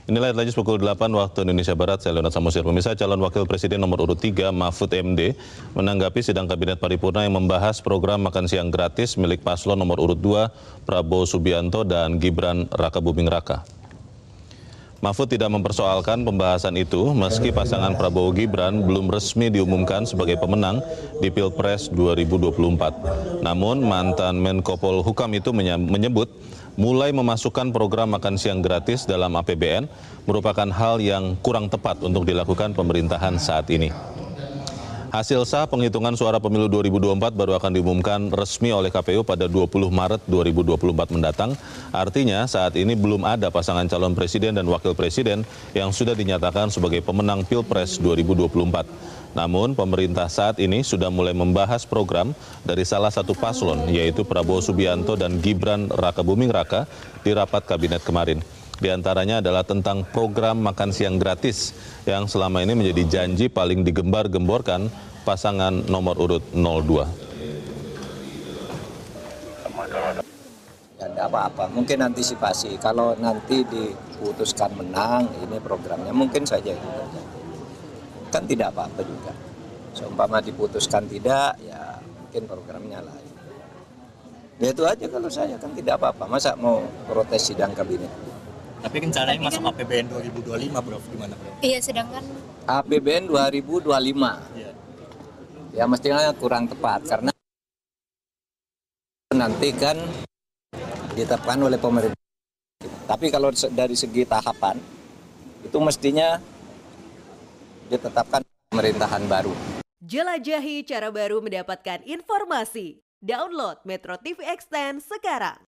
Inilah headline pukul 8 waktu Indonesia Barat, saya Leonard Samosir. Pemirsa, calon wakil presiden nomor urut 3 Mahfud MD menanggapi sidang kabinet paripurna yang membahas program makan siang gratis milik paslon nomor urut 2 Prabowo Subianto dan Gibran Rakabuming Raka. Mahfud tidak mempersoalkan pembahasan itu meski pasangan Prabowo Gibran belum resmi diumumkan sebagai pemenang di Pilpres 2024. Namun mantan Menko Polhukam itu menyebut mulai memasukkan program makan siang gratis dalam APBN merupakan hal yang kurang tepat untuk dilakukan pemerintahan saat ini. Hasil sah penghitungan suara pemilu 2024 baru akan diumumkan resmi oleh KPU pada 20 Maret 2024 mendatang. Artinya saat ini belum ada pasangan calon presiden dan wakil presiden yang sudah dinyatakan sebagai pemenang Pilpres 2024. Namun pemerintah saat ini sudah mulai membahas program dari salah satu paslon yaitu Prabowo Subianto dan Gibran Rakabuming Raka di rapat kabinet kemarin. Di antaranya adalah tentang program makan siang gratis yang selama ini menjadi janji paling digembar-gemborkan pasangan nomor urut 02. Ya, tidak apa-apa, mungkin antisipasi. Kalau nanti diputuskan menang, ini programnya mungkin saja itu terjadi. Kan tidak apa-apa juga. Seumpama diputuskan tidak, ya mungkin programnya lain. Ya itu aja kalau saya, kan tidak apa-apa. Masa mau protes sidang kabinet? Tapi kan caranya masuk APBN 2025, Prof. Gimana, Prof? Iya, sedangkan APBN 2025. Iya. Ya mestinya kurang tepat karena nanti kan ditetapkan oleh pemerintah. Tapi kalau dari segi tahapan itu mestinya ditetapkan pemerintahan baru. Jelajahi cara baru mendapatkan informasi. Download Metro TV Extend sekarang.